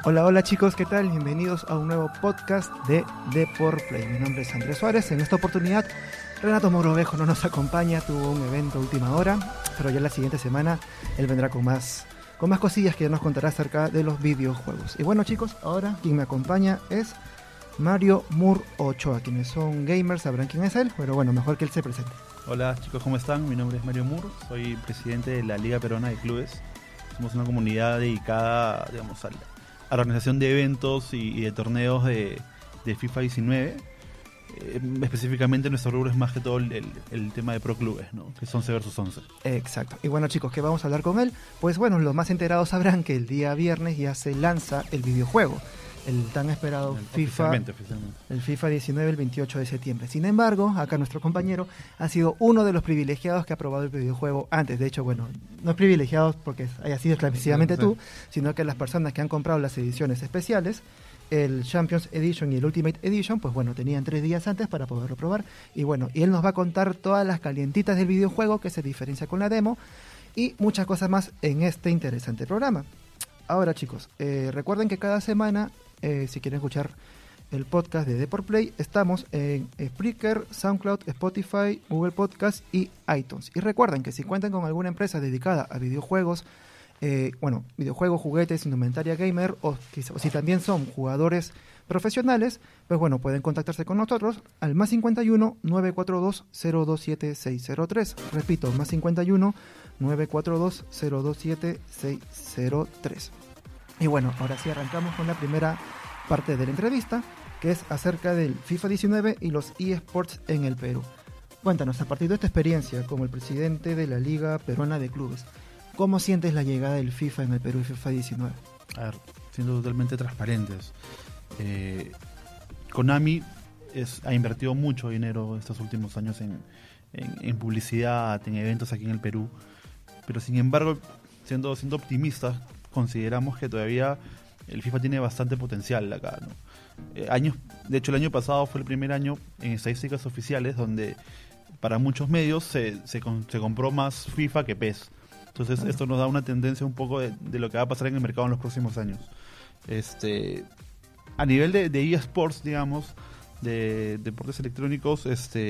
Hola, hola chicos, ¿qué tal? Bienvenidos a un nuevo podcast de Deporplay. Mi nombre es Andrés Suárez. En esta oportunidad, Renato Mogrovejo no nos acompaña, tuvo un evento a última hora, pero ya la siguiente semana él vendrá con más cosillas que nos contará acerca de los videojuegos. Y bueno chicos, ahora quien me acompaña es Mario Moore Ochoa. Quienes son gamers sabrán quién es él, pero bueno, mejor que él se presente. Hola chicos, ¿cómo están? Mi nombre es Mario Moore, soy presidente de la Liga Peruana de Clubes. Somos una comunidad dedicada, digamos, a la organización de eventos y de torneos de FIFA 19. Específicamente nuestro rubro es más que todo el tema de pro clubes, ¿no? Que es 11 versus 11. Exacto. Y bueno chicos, ¿qué vamos a hablar con él? Pues bueno, los más enterados sabrán que el día viernes ya se lanza el videojuego, el tan esperado Oficialmente. El FIFA 19 el 28 de septiembre. Sin embargo, acá nuestro compañero ha sido uno de los privilegiados que ha probado el videojuego antes. De hecho, bueno, no es privilegiado porque haya sido exclusivamente tú, sino que las personas que han comprado las ediciones especiales, el Champions Edition y el Ultimate Edition, pues bueno, tenían 3 días antes para poderlo probar. Y bueno, y él nos va a contar todas las calientitas del videojuego, que se diferencia con la demo, y muchas cosas más en este interesante programa. Ahora chicos, recuerden que cada semana, si quieren escuchar el podcast de Deporplay, estamos en Spreaker, SoundCloud, Spotify, Google Podcast y iTunes. Y recuerden que si cuentan con alguna empresa dedicada a videojuegos, videojuegos, juguetes, indumentaria gamer, o si también son jugadores profesionales, pues bueno, pueden contactarse con nosotros al más 51 942 027 603. Repito, más 51 942 027 603. Y bueno, ahora sí arrancamos con la primera parte de la entrevista, que es acerca del FIFA 19 y los eSports en el Perú. Cuéntanos, a partir de esta experiencia como el presidente de la Liga Peruana de Clubes, ¿cómo sientes la llegada del FIFA en el Perú y FIFA 19? A ver, siendo totalmente transparentes, Konami ha invertido mucho dinero estos últimos años en publicidad, en eventos aquí en el Perú, pero sin embargo, siendo optimistas, consideramos que todavía el FIFA tiene bastante potencial acá, ¿no? De hecho, el año pasado fue el primer año en estadísticas oficiales donde para muchos medios se compró más FIFA que PES. Entonces esto nos da una tendencia un poco de lo que va a pasar en el mercado en los próximos años. A nivel de eSports, digamos, de deportes electrónicos,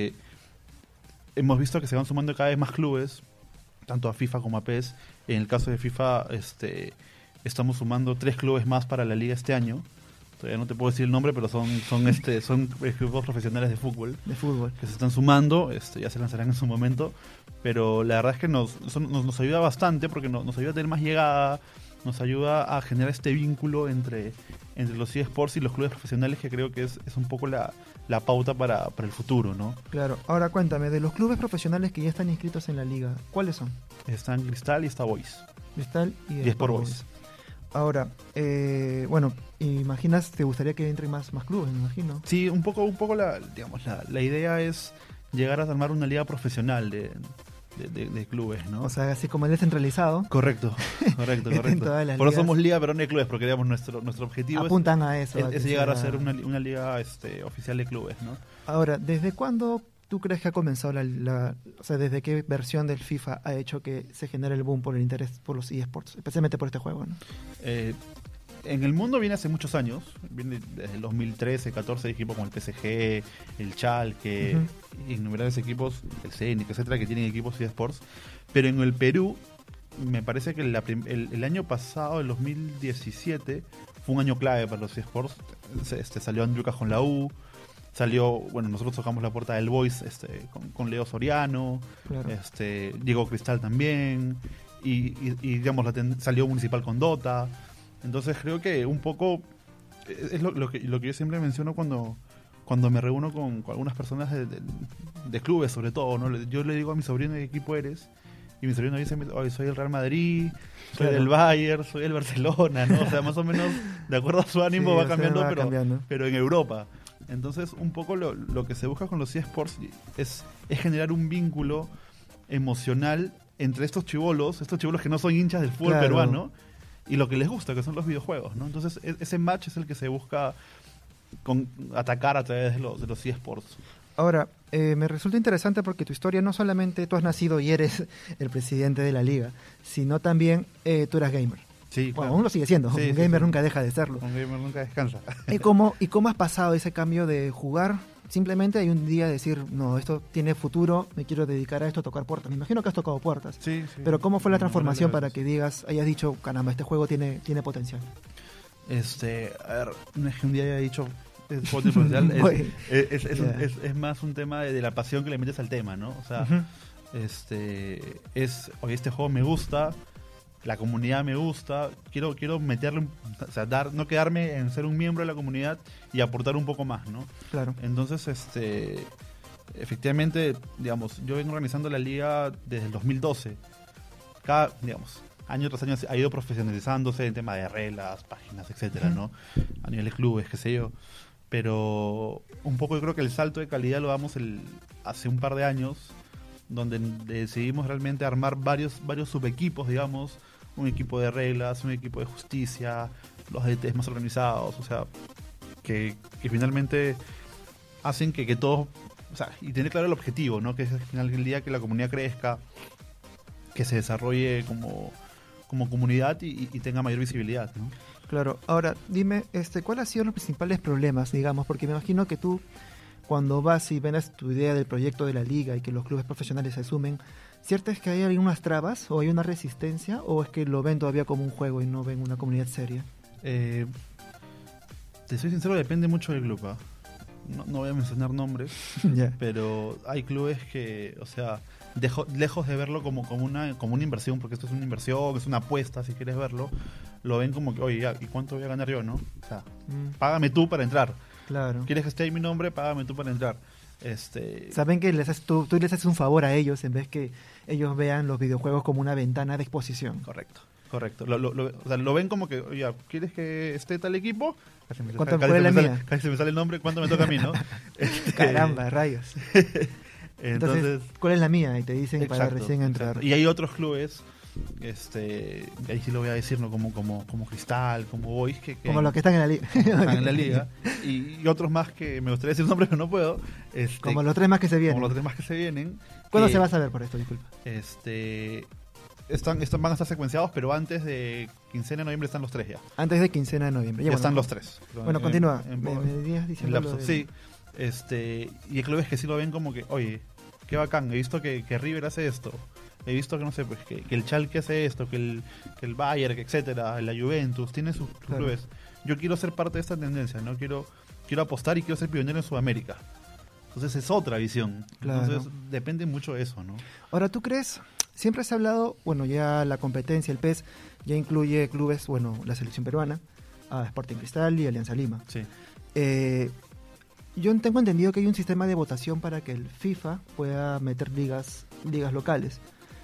hemos visto que se van sumando cada vez más clubes, tanto a FIFA como a PES. En el caso de FIFA, estamos sumando 3 clubes más para la liga este año. Todavía no te puedo decir el nombre, pero son equipos profesionales de fútbol. Que se están sumando, ya se lanzarán en su momento. Pero la verdad es que nos ayuda bastante porque nos ayuda a tener más llegada, nos ayuda a generar este vínculo entre los eSports y los clubes profesionales, que creo que es un poco la pauta para el futuro, ¿no? Claro. Ahora cuéntame, de los clubes profesionales que ya están inscritos en la liga, ¿cuáles son? Están Cristal y está Boys. Cristal y Sport Boys. Ahora, imaginas, te gustaría que entren más clubes, me imagino. Sí, un poco la idea es llegar a armar una liga profesional de clubes, ¿no? O sea, así como el descentralizado. Correcto. Por eso somos Liga Peruana de Clubes, porque digamos nuestro objetivo apuntan a eso. Es llegar a ser una liga oficial de clubes, ¿no? Ahora, ¿desde cuándo tú crees que ha comenzado o sea, desde qué versión del FIFA ha hecho que se genere el boom por el interés por los eSports, especialmente por este juego, ¿no? En el mundo viene hace muchos años, viene desde el 2013, 14, equipos como el PSG, el Schalke, innumerables equipos, el Zenit, etcétera, que tienen equipos eSports. Pero en el Perú, me parece que el año pasado, el 2017, fue un año clave para los eSports. Salió Andrucas con la U, nosotros tocamos la puerta del Boys con Leo Soriano, claro. Diego Cristal también, y digamos, salió Municipal con Dota. Entonces creo que un poco es lo que yo siempre menciono cuando me reúno con algunas personas de clubes, sobre todo, ¿no? Yo le digo a mi sobrino de qué equipo eres, y mi sobrino dice, soy el Real Madrid, soy del Bayern, soy el Barcelona, ¿no? O sea, más o menos de acuerdo a su ánimo va cambiando, pero en Europa. Entonces un poco lo que se busca con los eSports es generar un vínculo emocional entre estos chibolos que no son hinchas del fútbol peruano, y lo que les gusta, que son los videojuegos, ¿no? Entonces ese match es el que se busca atacar a través de los eSports. Ahora, me resulta interesante porque tu historia no solamente tú has nacido y eres el presidente de la liga, sino también tú eras gamer. Sí, Bueno, claro. aún lo sigue siendo, Sí, un sí, gamer sí. nunca deja de serlo. Un gamer nunca descansa. ¿Y cómo has pasado ese cambio de jugar? Simplemente hay un día decir, no, esto tiene futuro, me quiero dedicar a esto, a tocar puertas. Me imagino que has tocado puertas. Sí, sí. Pero ¿cómo fue la Una transformación buena para vez. que digas, hayas dicho, caramba, este juego tiene potencial? A ver, no es que un día haya dicho es juego de potencial, Bueno, es ya. es más un tema de la pasión que le metes al tema, ¿no? O sea, Ujú. oye, este juego me gusta, la comunidad me gusta, quiero meterle, o sea, no quedarme en ser un miembro de la comunidad y aportar un poco más, ¿no? Claro. Entonces, efectivamente, digamos, yo vengo organizando la liga desde el 2012. Digamos, año tras año ha ido profesionalizándose en tema de reglas, páginas, etcétera, Ujú. ¿no? A nivel de clubes, qué sé yo. Pero un poco yo creo que el salto de calidad lo damos hace un par de años, donde decidimos realmente armar varios subequipos, digamos, un equipo de reglas, un equipo de justicia, los DTs más organizados, o sea, que finalmente hacen que todos, o sea, y tener claro el objetivo, ¿no? Que es al final del día que la comunidad crezca, que se desarrolle como comunidad y tenga mayor visibilidad, ¿no? Claro. Ahora, dime, ¿cuáles han sido los principales problemas, digamos? Porque me imagino que tú, cuando vas y ves tu idea del proyecto de la liga y que los clubes profesionales se sumen, ¿cierto es que hay algunas trabas o hay una resistencia o es que lo ven todavía como un juego y no ven una comunidad seria? Te soy sincero, depende mucho del club, ¿ah? No voy a mencionar nombres, Ya. pero hay clubes que, o sea, lejos de verlo como una inversión, porque esto es una inversión, es una apuesta, si quieres verlo, lo ven como que, oye, ya, ¿y cuánto voy a ganar yo, no? O sea, págame tú para entrar. Claro. ¿Quieres que esté ahí mi nombre? Págame tú para entrar. Saben que tú les haces un favor a ellos en vez que ellos vean los videojuegos como una ventana de exposición. Correcto. O sea, lo ven como que, oye, ¿quieres que esté tal equipo? ¿Cuánto fue la mía? Casi se me sale el nombre, ¿cuánto me toca a mí, no? Caramba, rayos. Entonces, ¿cuál es la mía? Y te dicen para recién entrar. Exacto. Y hay otros clubes, ahí sí lo voy a decir, ¿no? Como Cristal, como Boys, como los que están en la liga. están en la liga, y otros más que me gustaría decir nombres, pero no puedo. Como los tres más que se vienen. Como los tres más que se vienen. ¿Cuándo se va a saber por esto? Disculpa. Van a estar secuenciados, pero antes de quincena de noviembre están los tres ya. Antes de quincena de noviembre. Ya bueno, están los tres. Bueno, continúa. Me Me ibas diciendo lo de... Sí. Y hay clubes que sí lo ven como que, oye, qué bacán, he visto que River hace esto. He visto que, no sé, pues que el Schalke hace esto, que el Bayern, etcétera, la Juventus, tiene sus Claro. clubes. Yo quiero ser parte de esta tendencia, ¿no? Quiero apostar y quiero ser pionero en Sudamérica. Entonces es otra visión. Claro. Entonces depende mucho de eso, ¿no? Ahora, ¿tú crees? Siempre se ha hablado, bueno, ya la competencia, el PES, ya incluye clubes, bueno, la selección peruana, Sporting Cristal y Alianza Lima. Sí. Yo tengo entendido que hay un sistema de votación para que el FIFA pueda meter ligas locales.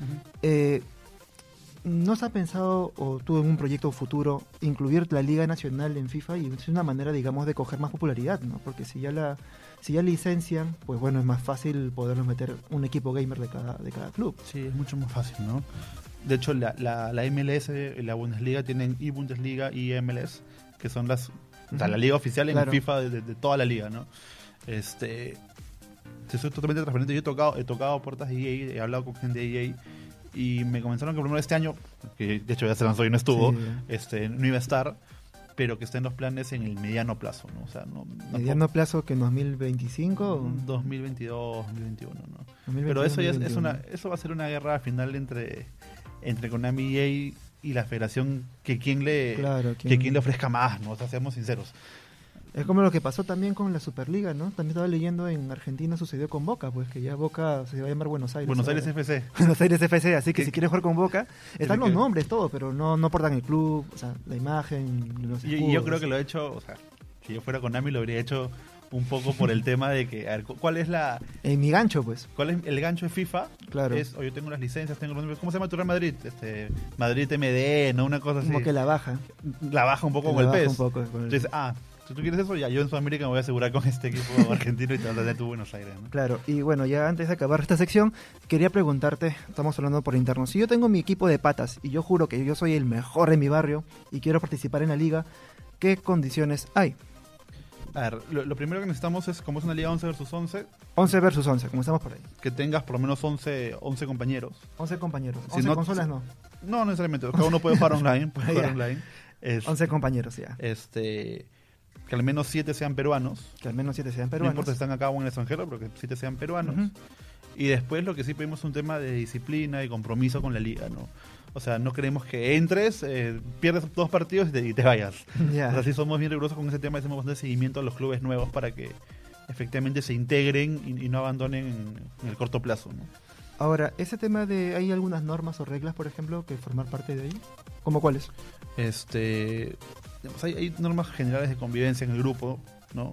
¿No se ha pensado, o tú en un proyecto futuro, incluir la Liga Nacional en FIFA? Y es una manera, digamos, de coger más popularidad, ¿no? Porque si ya licencian, pues bueno, es más fácil poderlos meter un equipo gamer de cada club. Sí, es mucho más fácil, ¿no? De hecho, la MLS y la Bundesliga tienen Bundesliga y MLS, que son o sea, la liga oficial en Claro. FIFA de toda la liga, ¿no? Soy totalmente transparente. Yo he tocado puertas de EA, he hablado con gente de EA y me comenzaron que primero este año, que de hecho ya se lanzó y no estuvo, Sí. no iba a estar, pero que está en los planes en el mediano plazo, ¿no? O sea, ¿Mediano plazo que en 2025? o 2022, 2021, ¿no? 2021, Pero eso ya 2021. eso va a ser una guerra final entre Konami y EA y la federación, que quien le ofrezca más, ¿no? O sea, seamos sinceros. Es como lo que pasó también con la Superliga, ¿no? También estaba leyendo en Argentina, sucedió con Boca, pues que ya Boca se va a llamar Buenos Aires. Buenos Aires ahora. FC. Buenos Aires FC, así que ¿Qué? si quieres jugar con Boca, están Tiene los que- nombres, todo, pero no portan el club, o sea, la imagen, los Y yo escudos. creo que lo he hecho, o sea, si yo fuera Konami lo habría hecho un poco por el tema de que, a ver, ¿cuál es En mi gancho, pues. cuál es el gancho de FIFA? Claro. Yo tengo las licencias, tengo los nombres. ¿Cómo se llama tu Real Madrid? Madrid MD, ¿no? Una cosa así. Como que la baja. La baja un poco Que con la el baja PES. un poco con el- Entonces, si tú quieres eso, ya yo en Sudamérica me voy a asegurar con este equipo argentino y te vas a tu Buenos Aires, ¿no? Claro, y bueno, ya antes de acabar esta sección, quería preguntarte, estamos hablando por interno, si yo tengo mi equipo de patas y yo juro que yo soy el mejor en mi barrio y quiero participar en la liga, ¿qué condiciones hay? A ver, lo primero que necesitamos es, como es una liga 11 versus 11, 11 versus 11, comenzamos por ahí. que tengas por lo menos 11 compañeros. 11 compañeros. Si 11 no- consolas no. No necesariamente, cada uno puede jugar online. Puede jugar Ya. online. 11 compañeros ya. Que al menos 7 sean peruanos. Que al menos 7 sean No peruanos. importa si están acá o en el extranjero, pero que 7 sean peruanos. Ujú. Y después lo que sí pedimos es un tema de disciplina y compromiso con la liga, ¿no? O sea, no queremos que entres, pierdes 2 partidos y te vayas. Ya. O sea, sí somos bien rigurosos con ese tema, hacemos bastante seguimiento a los clubes nuevos para que efectivamente se integren y no abandonen en el corto plazo, ¿no? Ahora, ese tema de... ¿Hay algunas normas o reglas, por ejemplo, que formar parte de ahí? ¿Cómo cuáles? Digamos, hay normas generales de convivencia en el grupo, ¿no?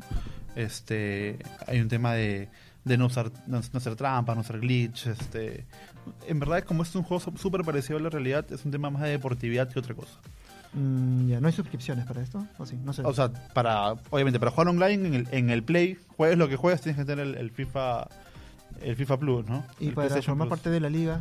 Hay un tema de no hacer trampas, no hacer glitch. En verdad, como es un juego súper parecido a la realidad, es un tema más de deportividad que otra cosa. Ya, ¿no hay suscripciones para esto? ¿O sí? No sé. O sea, obviamente, para jugar online en el Play, juegues lo que juegues, tienes que tener el FIFA Plus, ¿no? y El para PlayStation formar Plus. parte de la liga,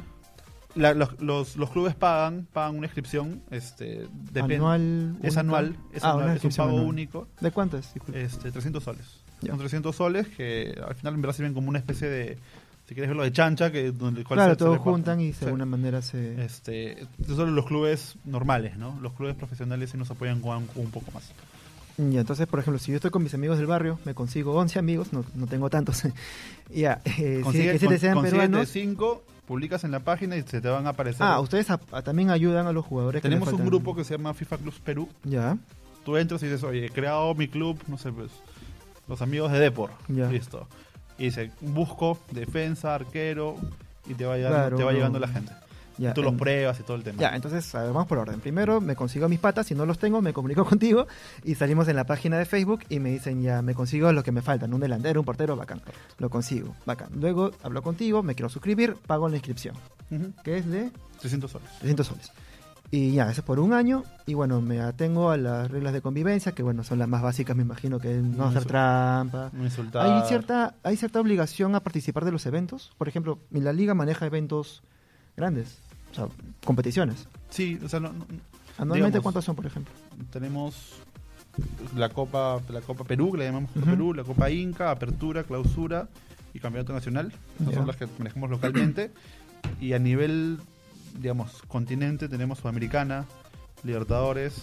Los clubes pagan una inscripción, depende. anual... Es única. anual, es Ah, anual, una es un inscripción pago anual. único. ¿De cuánto es? Disculpe. 300 soles. Ya. Son 300 soles que al final en verdad sirven como una especie de, si quieres verlo, de chancha, Claro, todos juntan y de sí. alguna manera se... Estos son los clubes normales, ¿no? Los clubes profesionales sí nos apoyan con un poco más. Ya, entonces, por ejemplo, si yo estoy con mis amigos del barrio, me consigo 11 amigos, no tengo tantos. Ya, que siete sean peruanos. 5, publicas en la página y se te van a aparecer. Ah, ustedes también ayudan a los jugadores que Tenemos les un faltan. grupo que se llama FIFA Clubs Perú. Ya, Tú entras y dices, oye, he creado mi club, no sé, pues, los amigos de Depor. Ya. Listo. Y dice, busco defensa, arquero, y te va llegando, Claro, te va no. llegando la gente. ya. Tú los pruebas y todo el tema. Ya, entonces, a ver, vamos por orden. Primero me consigo mis patas, si no los tengo, me comunico contigo y salimos en la página de Facebook y me dicen, ya, me consigo lo que me faltan, un delantero, un portero, bacán. Lo consigo, bacán. Luego hablo contigo, me quiero suscribir, pago la inscripción, Ujú. que es de 300 soles. 300 soles. Y ya, eso es por un año. Y bueno, me atengo a las reglas de convivencia, que bueno, son las más básicas, me imagino, que es no No hacer insul- trampa. No insultar. ¿Hay cierta obligación a participar de los eventos? Por ejemplo, la liga maneja eventos grandes, o sea, competiciones. Sí, o sea, Anualmente, Digamos, ¿cuántos son, por ejemplo? tenemos la Copa Perú, que le llamamos Copa Ujú. Perú, la Copa Inca, Apertura, Clausura y Campeonato Nacional. Esas Ya. son las que manejamos localmente. Y a nivel, digamos, continente tenemos Sudamericana, Libertadores,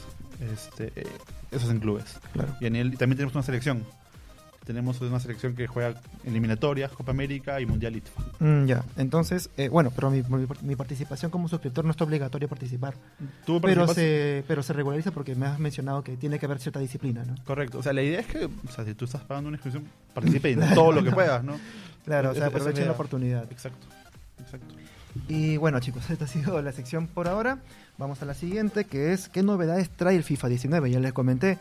esos en clubes. Claro. Y también tenemos una selección. Tenemos una selección que juega eliminatorias, Copa América y Mundial ITFA. Ya, entonces, bueno, pero mi participación como suscriptor no está obligatorio participar. ¿Tú Pero participas? pero se regulariza porque me has mencionado que tiene que haber cierta disciplina, ¿no? Correcto. O sea, la idea es que, o sea, si tú estás pagando una inscripción, participe en todo lo que puedas, ¿no? Claro, o sea, Esa es aprovechen idea. la oportunidad. Exacto. Exacto. Y bueno, chicos, esta ha sido la sección por ahora. Vamos a la siguiente, que es ¿qué novedades trae el FIFA 19? Ya les comenté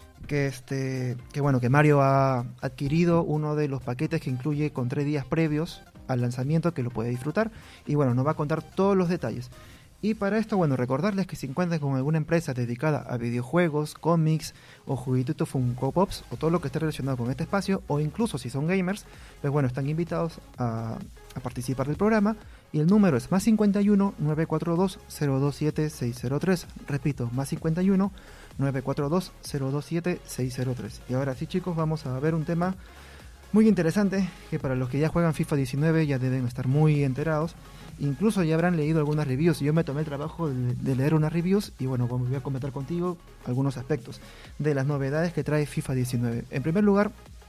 que bueno, que Mario ha adquirido uno de los paquetes que incluye con 3 días previos al lanzamiento, que lo puede disfrutar. Y bueno, nos va a contar todos los detalles. Y para esto, bueno, recordarles que si encuentran con alguna empresa dedicada a videojuegos, cómics o juguetitos Funko Pops o todo lo que esté relacionado con este espacio, o incluso si son gamers, pues bueno, están invitados a participar del programa. Y el número es +51 942 027 603. Repito, +51 942 027 603. Y ahora sí, chicos, vamos a ver un tema muy interesante que para los que ya juegan FIFA 19 ya deben estar muy enterados. Incluso ya habrán leído algunas reviews. Yo me tomé el trabajo de leer unas reviews y bueno, voy a comentar contigo algunos aspectos de las novedades que trae FIFA 19. En primer lugar,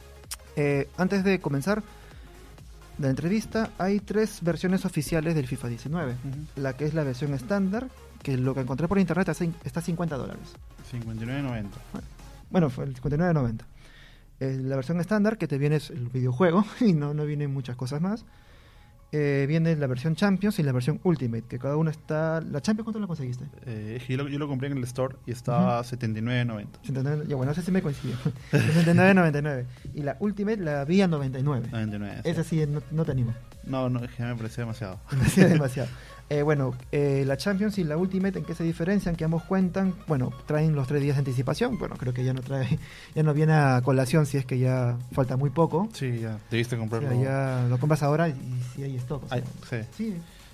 antes de comenzar la entrevista, hay 3 versiones oficiales del FIFA 19. Ujú. La que es la versión estándar, que lo que encontré por internet está a $50. 59.90. Bueno, fue el 59.90. La versión estándar, que te viene es el videojuego y no vienen muchas cosas más. Viene la versión Champions y la versión Ultimate, que cada una está... ¿La Champions cuánto la conseguiste? Yo lo compré en el store y está a 79.90. 79, ya bueno, no sé si me coincidió. 79.99. Y la Ultimate la vi a 99. 99. Esa sí, no te animo. No, es que me pareció demasiado. Demasiado. Bueno, la Champions y la Ultimate, ¿en qué se diferencian? Que ambos cuentan, bueno, traen los 3 días de anticipación. Bueno, creo que ya no viene a colación si es que ya falta muy poco. Sí, ya. Debiste O comprarlo. sea, ya lo compras ahora y si hay stock. O sea, Ay, sí. sí.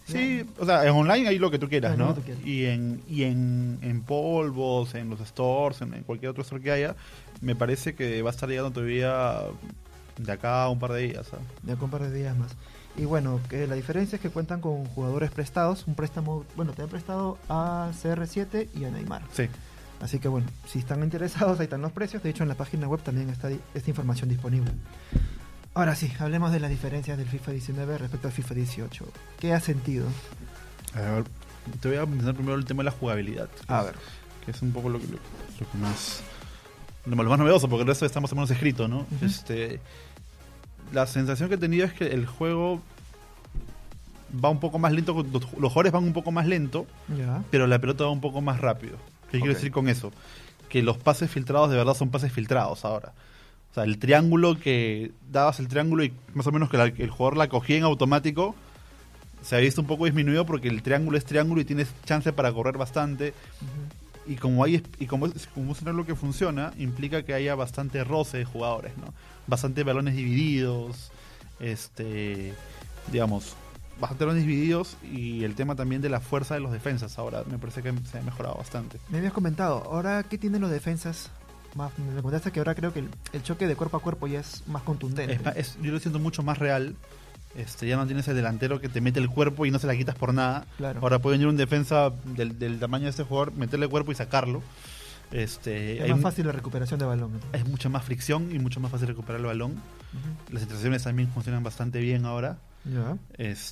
Sí, o sea, en online hay lo que tú quieras, Lo ¿no? que tú quieras. Y en polvos, en los stores, en cualquier otro store que haya, me parece que va a estar llegando todavía de acá a un par de días, ¿sabes? De acá un par de días más. Y bueno, que la diferencia es que cuentan con jugadores prestados, un préstamo, bueno, te han prestado a CR7 y a Neymar. Sí. Así que bueno, si están interesados, ahí están los precios. De hecho, en la página web también está esta información disponible. Ahora sí, hablemos de las diferencias del FIFA 19 respecto al FIFA 18. ¿Qué has sentido? A ver, te voy a mencionar primero el tema de la jugabilidad. A ver. Que es un poco lo que más... Lo más novedoso, porque el resto está más o menos escrito, ¿no? Ujú. La sensación que he tenido es que el juego va un poco más lento, los jugadores van un poco más lento, Ya. pero la pelota va un poco más rápido. ¿Qué quiero Ok. decir con eso? Que los pases filtrados de verdad son pases filtrados ahora. O sea, el triángulo que dabas el triángulo y más o menos que el jugador la cogía en automático, se ha visto un poco disminuido porque el triángulo es triángulo y tienes chance para correr bastante. Ujú. Y como es un triángulo que funciona, implica que haya bastante roce de jugadores, ¿no? Bastante balones divididos, digamos, bastante balones divididos, y el tema también de la fuerza de los defensas ahora me parece que se ha mejorado bastante. Me habías comentado, ahora, ¿qué tienen los defensas? Me comentaste que ahora creo que el choque de cuerpo a cuerpo ya es más contundente. Yo lo siento mucho más real. Ya no tienes el delantero que te mete el cuerpo y no se la quitas por nada. Claro. Ahora puede venir un defensa del tamaño de este jugador, meterle el cuerpo y sacarlo. Es Hay más fácil la recuperación de balón. Entonces. Es mucha más fricción y mucho más fácil recuperar el balón. Ujú. Las intercepciones también funcionan bastante bien ahora. Ya. Es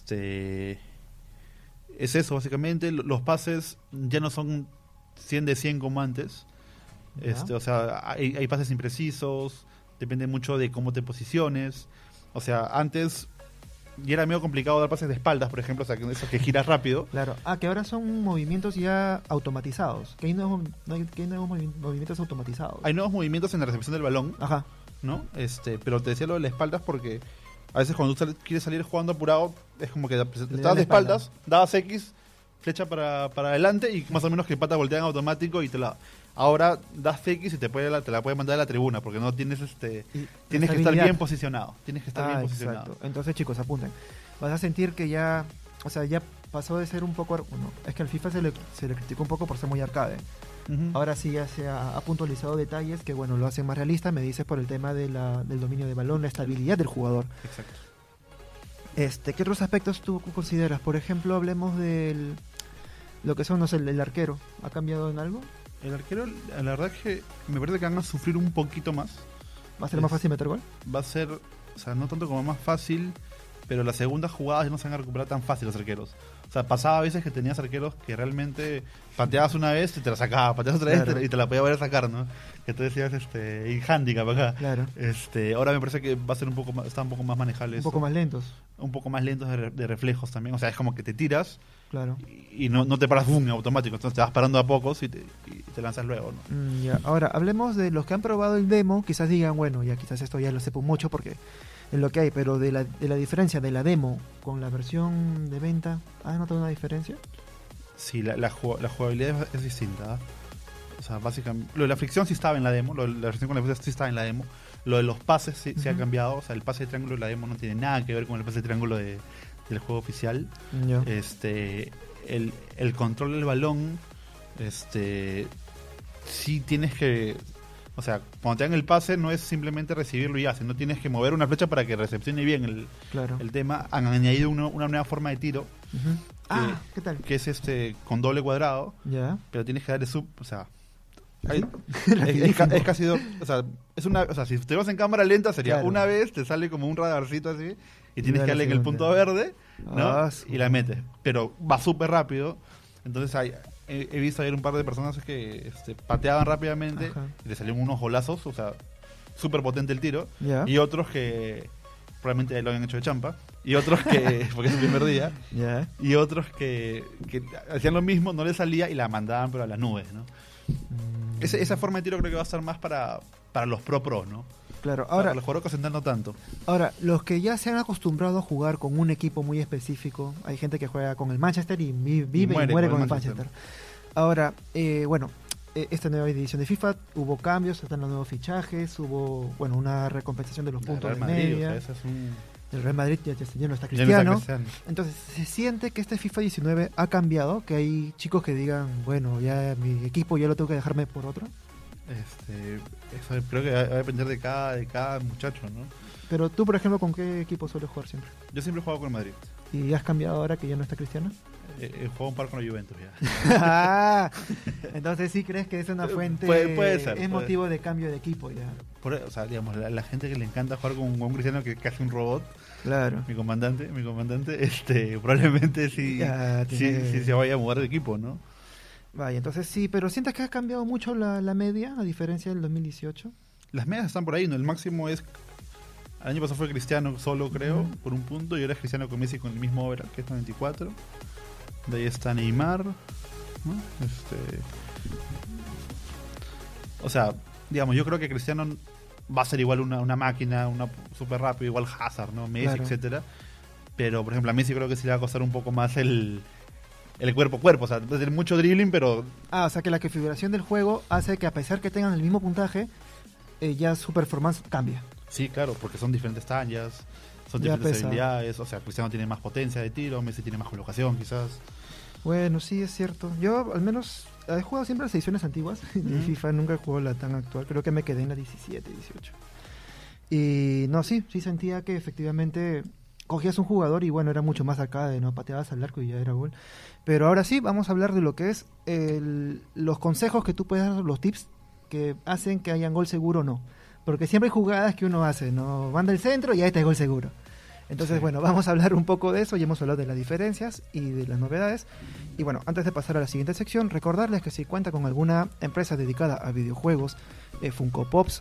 eso, básicamente. Los pases ya no son 100 de 100 como antes. Ya. O sea, hay pases imprecisos, depende mucho de cómo te posiciones. O sea, antes ya era medio complicado dar pases de espaldas, por ejemplo, o sea, que eso que giras rápido. Claro. Ah, que ahora son movimientos ya automatizados. Que hay nuevos, que hay nuevos movimientos automatizados. Hay nuevos movimientos en la recepción del balón, Ajá. ¿no? Pero te decía lo de las espaldas porque a veces cuando tú quieres salir jugando apurado, es como que Le estabas da la de espalda. espaldas, dabas X, flecha para adelante y más o menos que patas voltean automático y te la... Ahora das X y te la puede mandar a la tribuna porque no tienes Y tienes que estar estabilidad. bien posicionado. Tienes que estar bien posicionado. Exacto. Entonces, chicos, apunten. Vas a sentir que ya, o sea, ya pasó de ser un poco, bueno, es que al FIFA se le criticó un poco por ser muy arcade. Ujú. Ahora sí ya se ha puntualizado detalles que, bueno, lo hacen más realista. Me dices por el tema de del dominio de balón, la estabilidad del jugador. Exacto. ¿Qué otros aspectos tú consideras? Por ejemplo, hablemos del lo que son, no sé, el arquero. ¿Ha cambiado en algo? El arquero, la verdad es que me parece que van a sufrir un poquito más. ¿Va a ser más fácil meter gol? Va a ser, o sea, no tanto como más fácil, pero las segundas jugadas ya no se van a recuperar tan fácil los arqueros. O sea, pasaba a veces que tenías arqueros que realmente pateabas una vez y te la sacaba, pateabas otra Claro. vez y te la podía volver a sacar, ¿no? Que tú decías, y handicap acá. Claro. Ahora me parece que va a ser un poco más, está un poco más manejable Un poco más lentos. un poco más lentos de reflejos también. O sea, es como que te tiras Claro. y no te paras boom, en automático. Entonces te vas parando a pocos y te lanzas luego, ¿no? Ya. Ahora, hablemos de los que han probado el demo. Quizás digan, bueno, ya quizás esto ya lo sepo mucho porque es lo que hay, pero de la diferencia de la demo con la versión de venta, ¿has notado una diferencia? Sí, la jugabilidad es distinta. ¿Ah? O sea, básicamente, lo de la fricción sí estaba en la demo, lo de la fricción con la fricción sí estaba en la demo. Lo de los pases sí ha Ujú. cambiado. O sea, el pase de triángulo de la demo no tiene nada que ver con el pase de triángulo del juego oficial. Ya. El control del balón, sí tienes que... O sea, cuando te dan el pase no es simplemente recibirlo y ya, sino tienes que mover una flecha para que recepcione bien Claro. el tema. Han añadido una nueva forma de tiro, Ujú. Ah, ¿qué tal? que es con doble cuadrado, Ya. pero tienes que darle o sea, ¿Así? es casi o sea, o sea, si te vas en cámara lenta sería Claro. una vez, te sale como un radarcito así y tienes que dale darle en el segunda. punto verde, ¿no? Ah, Y la metes, pero va súper rápido. Entonces he visto ayer un par de personas que pateaban rápidamente Ajá. y le salieron unos golazos, o sea, súper potente el tiro, Ya. y otros que probablemente lo habían hecho de champa, y otros que, porque es el primer día, Ya. y otros que hacían lo mismo, no les salía y la mandaban pero a las nubes, ¿no? Esa forma de tiro creo que va a estar más para los pro, ¿no? Claro. Para Ahora, los jugadores occidentales no tanto. Ahora, los que ya se han acostumbrado a jugar con un equipo muy específico, hay gente que juega con el Manchester y vive y muere con el Manchester. Ahora, bueno, esta nueva edición de FIFA hubo cambios, están los nuevos fichajes, hubo, bueno, una recompensación de los puntos de Real Madrid, media. o sea, eso es un... el Real Madrid ya no está Ya no está Cristiano. Cristiano. Entonces se siente que este FIFA 19 ha cambiado, que hay chicos que digan, bueno, ya mi equipo ya lo tengo que dejarme por otro. Eso creo que va a depender de cada muchacho, ¿no? Pero tú, por ejemplo, ¿con qué equipo sueles jugar siempre? Yo siempre he jugado con el Madrid. ¿Y has cambiado ahora que ya no está Cristiano? He jugado un par con la Juventus ya. Ah, entonces sí crees que es una fuente, Puede ser, es motivo de cambio de equipo ya. O sea, digamos, la gente que le encanta jugar con un Cristiano que es casi un robot, Claro. mi comandante, probablemente sí se vaya a mudar de equipo, ¿no? Vaya, entonces sí, pero ¿sientes que ha cambiado mucho la media a diferencia del 2018? Las medias están por ahí, ¿no? El máximo es... El año pasado fue Cristiano solo, creo, por un punto, y ahora es Cristiano con Messi con el mismo overall, que es 94. De ahí está Neymar, ¿no? O sea, digamos, yo creo que Cristiano va a ser igual una máquina, una súper rápido, igual Hazard, ¿no? Messi, Claro. etcétera. Pero, por ejemplo, a Messi creo que sí le va a costar un poco más el cuerpo a cuerpo. O sea, va a tener mucho dribbling, pero Ah, o sea que la configuración del juego hace que a pesar que tengan el mismo puntaje, ya su performance cambia. sí, claro, porque son diferentes tallas, son Ya diferentes pesa. habilidades. O sea, Cristiano tiene más potencia de tiro, Messi tiene más colocación, quizás. Bueno, sí, es cierto. Yo al menos he jugado siempre las ediciones antiguas de Ujú. FIFA, nunca he jugado la tan actual. Creo que me quedé en la 17, 18. Y no, sí sentía que efectivamente cogías un jugador y bueno, era mucho más arcade, ¿no? Pateabas al arco y ya era gol. Pero ahora sí, vamos a hablar de lo que es los consejos que tú puedes dar, los tips que hacen que hayan gol seguro o no. Porque siempre hay jugadas que uno hace, ¿no? Van del centro y ahí está el gol seguro. Entonces, Sí. bueno, vamos a hablar un poco de eso, ya hemos hablado de las diferencias y de las novedades. Y bueno, antes de pasar a la siguiente sección, recordarles que si cuenta con alguna empresa dedicada a videojuegos, Funko Pops,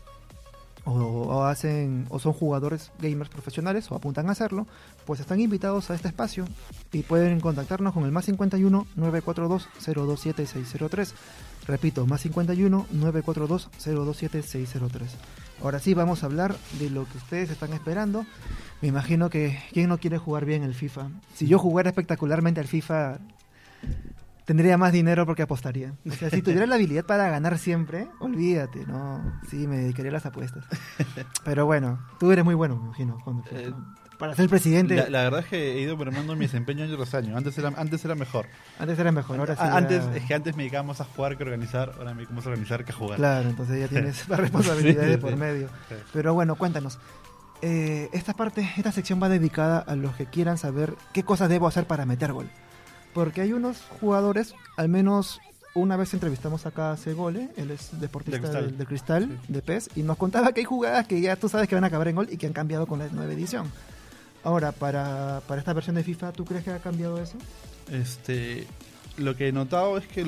o son jugadores gamers profesionales o apuntan a hacerlo, pues están invitados a este espacio y pueden contactarnos con el más 51 942 027 603. Repito, más 51 942 027 603. Ahora sí, vamos a hablar de lo que ustedes están esperando. Me imagino que ¿quién no quiere jugar bien el FIFA? Si yo jugara espectacularmente al FIFA, tendría más dinero porque apostaría. O sea, si tuviera la habilidad para ganar siempre, olvídate, ¿no? Sí, me dedicaría a las apuestas. Pero bueno, tú eres muy bueno, me imagino, jugando al FIFA. Para ser presidente, La verdad es que he ido mermando mi desempeño año tras año. Antes era mejor. antes era mejor, ahora sí. Es que antes me dedicaba más a jugar que a organizar. Ahora me dedico más a organizar que a jugar. Claro, entonces ya tienes más responsabilidades Sí, por sí. medio. Sí. Pero bueno, cuéntanos. Esta sección va dedicada a los que quieran saber qué cosas debo hacer para meter gol. Porque hay unos jugadores, al menos una vez entrevistamos acá a Segole, él es deportista del Cristal, Sí. de PES, y nos contaba que hay jugadas que ya tú sabes que van a acabar en gol y que han cambiado con la nueva edición. Ahora, para esta versión de FIFA, ¿tú crees que ha cambiado eso? Lo que he notado es que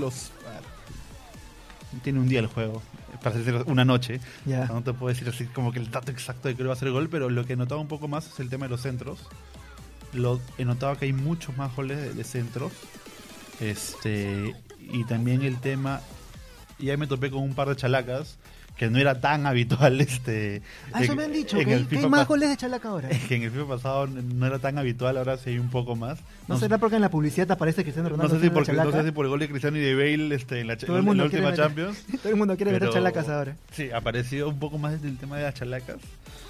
tiene un día el juego, para decirlo, una noche. Ya. No te puedo decir así como que el dato exacto de que va a ser el gol, pero lo que he notado un poco más es el tema de los centros. He notado que hay muchos más goles de centros. Y también el tema, y ahí me topé con un par de chalacas que no era tan habitual. Eso me han dicho, en que el hay FIFA más pa- goles de Chalaca ahora. que en el FIFA pasado no era tan habitual, ahora sí hay un poco más. ¿No será porque en la publicidad te aparece Cristiano No Ronaldo? sé si haciendo la por Chalaca? el gol de Cristiano y de Bale Todo el en mundo la quiere última meter- Champions. Todo el mundo quiere meter Pero, Chalacas ahora. Sí, apareció un poco más el tema de las chalacas.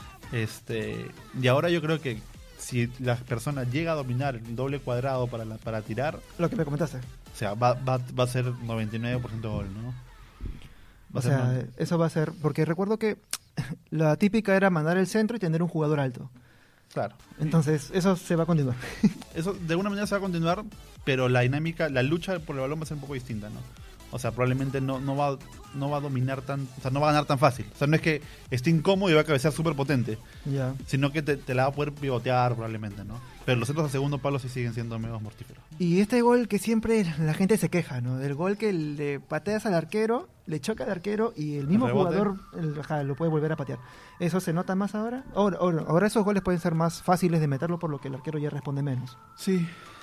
Y ahora yo creo que si la persona llega a dominar el doble cuadrado para tirar, Lo que me comentaste. o sea, va a ser 99% gol, ¿no? Va O a ser sea, eso va a ser... Porque recuerdo que la típica era mandar el centro y tener un jugador alto. claro. Entonces, eso se va a continuar. Eso de alguna manera se va a continuar, pero la dinámica, la lucha por el balón va a ser un poco distinta, ¿no? O sea, probablemente no va a dominar tan, o sea, no va a ganar tan fácil. O sea, no es que esté incómodo y va a cabecear súper potente, Ya. sino que te la va a poder pivotear probablemente, ¿no? Pero los centros a segundo palo sí siguen siendo medio mortíferos. Y este gol que siempre la gente se queja, ¿no? Del gol que le pateas al arquero, le choca al arquero y el mismo El rebote. jugador lo puede volver a patear. ¿Eso se nota más ahora? Ahora esos goles pueden ser más fáciles de meterlo por lo que el arquero ya responde menos. Sí,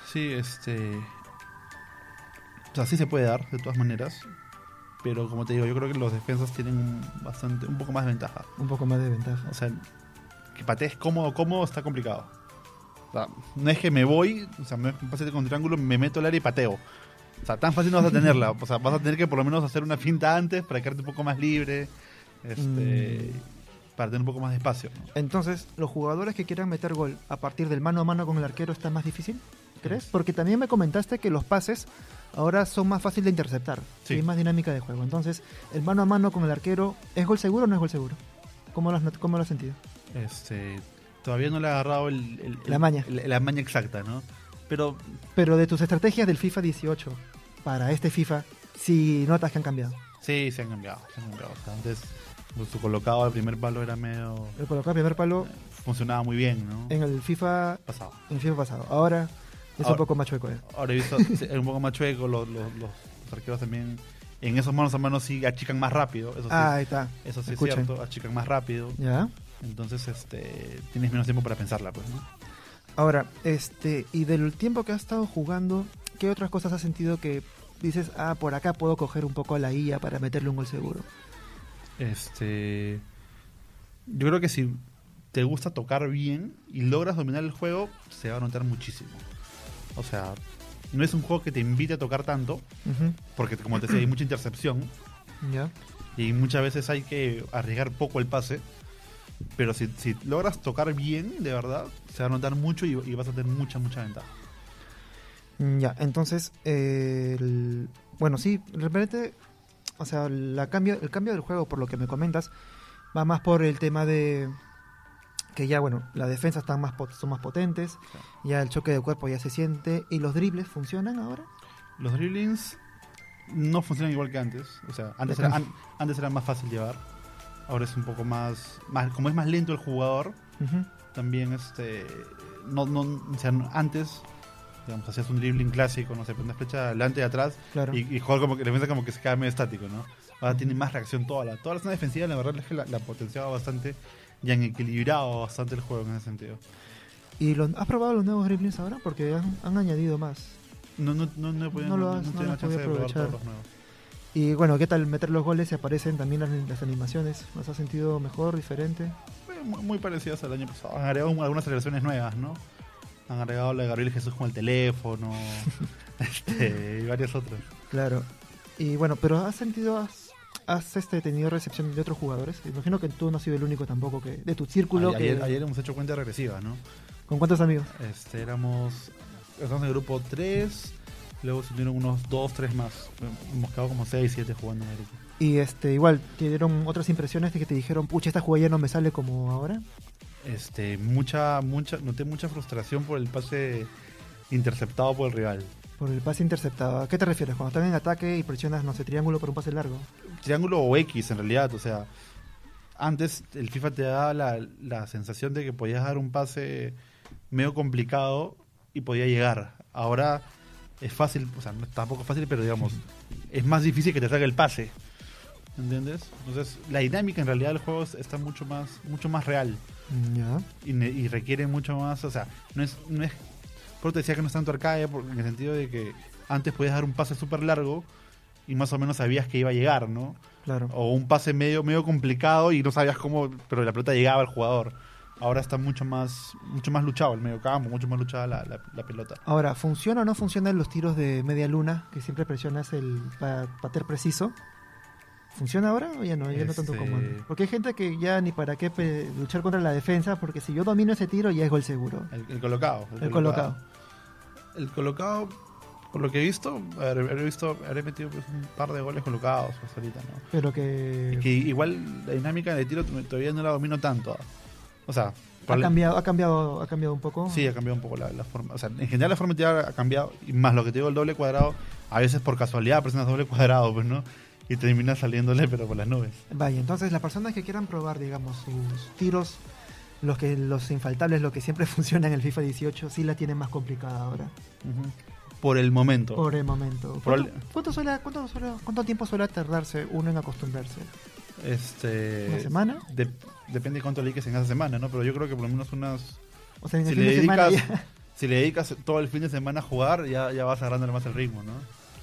o sea, sí se puede dar, de todas maneras. Pero como te digo, yo creo que los defensas tienen un poco más de ventaja. Un poco más de ventaja. O sea, que patees cómodo está complicado. O sea, no es que me voy, o sea, me pasé con triángulo, me meto al área y pateo. O sea, tan fácil no vas a tenerla. O sea, vas a tener que por lo menos hacer una finta antes para quedarte un poco más libre. para tener un poco más de espacio, ¿no? Entonces, los jugadores que quieran meter gol a partir del mano a mano con el arquero está más difícil, ¿crees? Porque también me comentaste que los pases ahora son más fáciles de interceptar, Sí. y más dinámica de juego. Entonces, el mano a mano con el arquero, ¿es gol seguro o no es gol seguro? ¿Cómo lo has sentido? Todavía no le he agarrado La maña. la maña exacta, ¿no? Pero Pero de tus estrategias del FIFA 18 para este FIFA, si notas que han cambiado. sí, se han cambiado. O sea, antes su colocado al primer palo era medio... El colocar primer palo funcionaba muy bien, ¿no? en el FIFA Pasado. pasado. Ahora es un Ahora- poco más chueco. Ahora he visto sí, es un poco más chueco, los arqueros también en esos manos a manos sí achican más rápido, eso sí, Ahí está. eso sí es Escuchen. cierto, achican más rápido, Ya. entonces tienes menos tiempo para pensarla, pues, ¿no? Ahora, y del tiempo que has estado jugando, ¿qué otras cosas has sentido que dices, por acá puedo coger un poco a la IA para meterle un gol seguro? Yo creo que si te gusta tocar bien y logras dominar el juego, se va a notar muchísimo. O sea, no es un juego que te invite a tocar tanto, Ujú. porque como te decía, hay mucha intercepción Ya. y muchas veces hay que arriesgar poco el pase. Pero si logras tocar bien, de verdad, se va a notar mucho y vas a tener mucha ventaja. Ya, entonces, bueno, sí, realmente, o sea, el cambio del juego, por lo que me comentas, va más por el tema de que ya, bueno, las defensas son más potentes, ya el choque de cuerpo ya se siente, y los dribles funcionan ahora. Los dribblings no funcionan igual que antes. O sea, antes era más fácil llevar. Ahora es un poco más como es más lento el jugador, Ujú. también o sea, antes, digamos, hacías un dribbling clásico, no sé, una flecha adelante y atrás, Claro. y el jugador como que la defensa como que se queda medio estático, ¿no? Ahora tiene más reacción toda la zona defensiva, la verdad es que la potenciaba bastante y han equilibrado bastante el juego en ese sentido. ¿Y has probado los nuevos driblings ahora? Porque han añadido más. No he podido, No lo has tengo la chance podido de probar aprovechar. todos los nuevos. Y bueno, ¿qué tal meter los goles y aparecen también las animaciones? ¿Los has sentido mejor, diferente? Muy parecidas al año pasado. Han agregado algunas celebraciones nuevas, ¿no? Han agregado la de Gabriel Jesús con el teléfono y varias otras. Claro. Y bueno, pero ¿has tenido recepción de otros jugadores? Imagino que tú no has sido el único tampoco que de tu círculo. Ayer hemos hecho cuenta regresiva, ¿no? ¿Con cuántos amigos? Estamos en el grupo 3, luego se unieron unos 2, 3 más. Hemos quedado como 6, 7 jugando en el grupo. Y igual, ¿te dieron otras impresiones de que te dijeron, pucha, esta jugada ya no me sale como ahora? Noté mucha frustración por el pase interceptado por el rival. Por el pase interceptado. ¿A qué te refieres? Cuando están en ataque y presionas, no sé, triángulo por un pase largo. Triángulo o X en realidad, o sea, antes el FIFA te daba la sensación de que podías dar un pase medio complicado y podía llegar. Ahora es fácil, o sea, no es tampoco fácil, pero digamos, es más difícil que te salga el pase. ¿Entiendes? Entonces, la dinámica en realidad del juego está mucho más real Ya. y requiere mucho más, o sea, no es por eso te decía que no es tanto arcade, en el sentido de que antes podías dar un pase súper largo y más o menos sabías que iba a llegar, ¿no? Claro. O un pase medio complicado y no sabías cómo, pero la pelota llegaba al jugador. Ahora está mucho más luchado el medio campo, mucho más luchada la pelota. Ahora, ¿funciona o no funcionan los tiros de media luna que siempre presionas el pater preciso? ¿Funciona ahora o ya no? Ya no tanto como antes. Porque hay gente que ya ni para qué luchar contra la defensa, porque si yo domino ese tiro ya es gol seguro. El colocado. El colocado. El colocado, por lo que he visto, habré metido pues, un par de goles colocados hasta ahorita, ¿no? Pero que Que igual la dinámica de tiro todavía no la domino tanto. O sea, ha cambiado un poco. sí, ha cambiado un poco la forma. O sea, en general la forma de tirar ha cambiado. Y más lo que te digo, el doble cuadrado, a veces por casualidad presionas doble cuadrado, pues, ¿no? Y terminas saliéndole, pero por las nubes. Vaya, entonces las personas que quieran probar, digamos, sus tiros, los infaltables, lo que siempre funciona en el FIFA 18, sí la tienen más complicada ahora. Por el momento. Por el momento. Por ¿Cuánto tiempo suele tardarse uno en acostumbrarse? ¿Una semana? Depende de cuánto le dediques en esa semana, ¿no? Pero yo creo que por lo menos O sea, en el si fin le de semana dedicas, ya. si le dedicas todo el fin de semana a jugar, ya vas agarrándole más el ritmo, ¿no?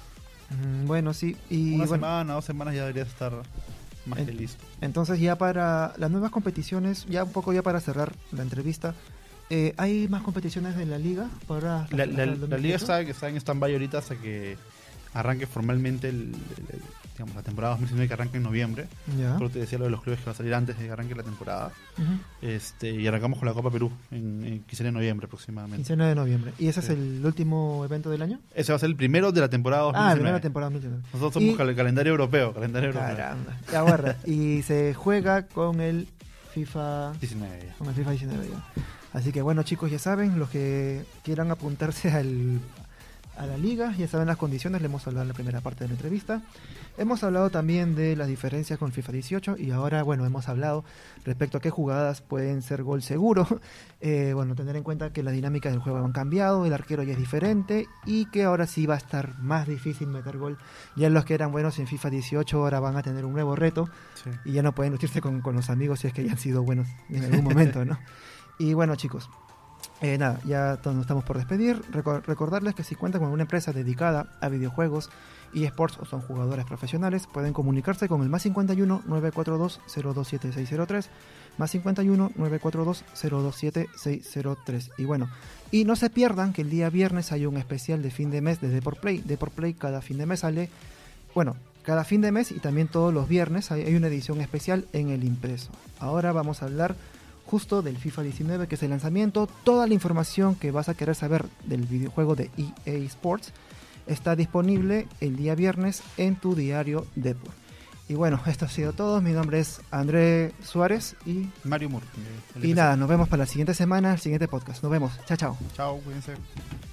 Bueno, sí. Y Una bueno, semana, 2 semanas ya deberías estar más que listo. entonces ya para las nuevas competiciones, ya un poco ya para cerrar la entrevista, ¿hay más competiciones de la liga? Para La liga está en stand-by ahorita hasta que arranque formalmente digamos, la temporada 2019, que arranca en noviembre. Ya. Solo te decía lo de los clubes que va a salir antes de que arranque la temporada. Ujú. Y arrancamos con la Copa Perú quizá en noviembre aproximadamente. 19 de noviembre. ¿Y ese Sí. es el último evento del año? Ese va a ser el primero de la temporada 2019. Ah, primera temporada 2019. Nosotros somos Y- calendario europeo. Caramba. Ya, guarda. Y se juega con el FIFA 19. Con el FIFA 19 ya. Así que bueno, chicos, ya saben, los que quieran apuntarse a la liga, ya saben las condiciones, le hemos hablado en la primera parte de la entrevista. Hemos hablado también de las diferencias con el FIFA 18 y ahora, bueno, hemos hablado respecto a qué jugadas pueden ser gol seguro. Bueno, tener en cuenta que las dinámicas del juego han cambiado, el arquero ya es diferente y que ahora sí va a estar más difícil meter gol. Ya los que eran buenos en FIFA 18 ahora van a tener un nuevo reto Sí. y ya no pueden lucirse con los amigos si es que ya han sido buenos en algún momento, ¿no? Y bueno, chicos, nada, ya nos estamos por despedir. Recordarles que si cuentan con una empresa dedicada a videojuegos y esports o son jugadores profesionales, pueden comunicarse con el +51 942 027 603, +51 942 027 603. Y bueno, y no se pierdan que el día viernes hay un especial de fin de mes de Deport Play. Deport Play cada fin de mes sale, bueno, cada fin de mes y también todos los viernes hay una edición especial en el impreso. Ahora vamos a hablar justo del FIFA 19, que es el lanzamiento. Toda la información que vas a querer saber del videojuego de EA Sports está disponible el día viernes en tu diario Deport. Y bueno, esto ha sido todo. Mi nombre es André Suárez y Mario Moore. nada, nos vemos para la siguiente semana, el siguiente podcast. Nos vemos. Chao, chao. Chao, cuídense.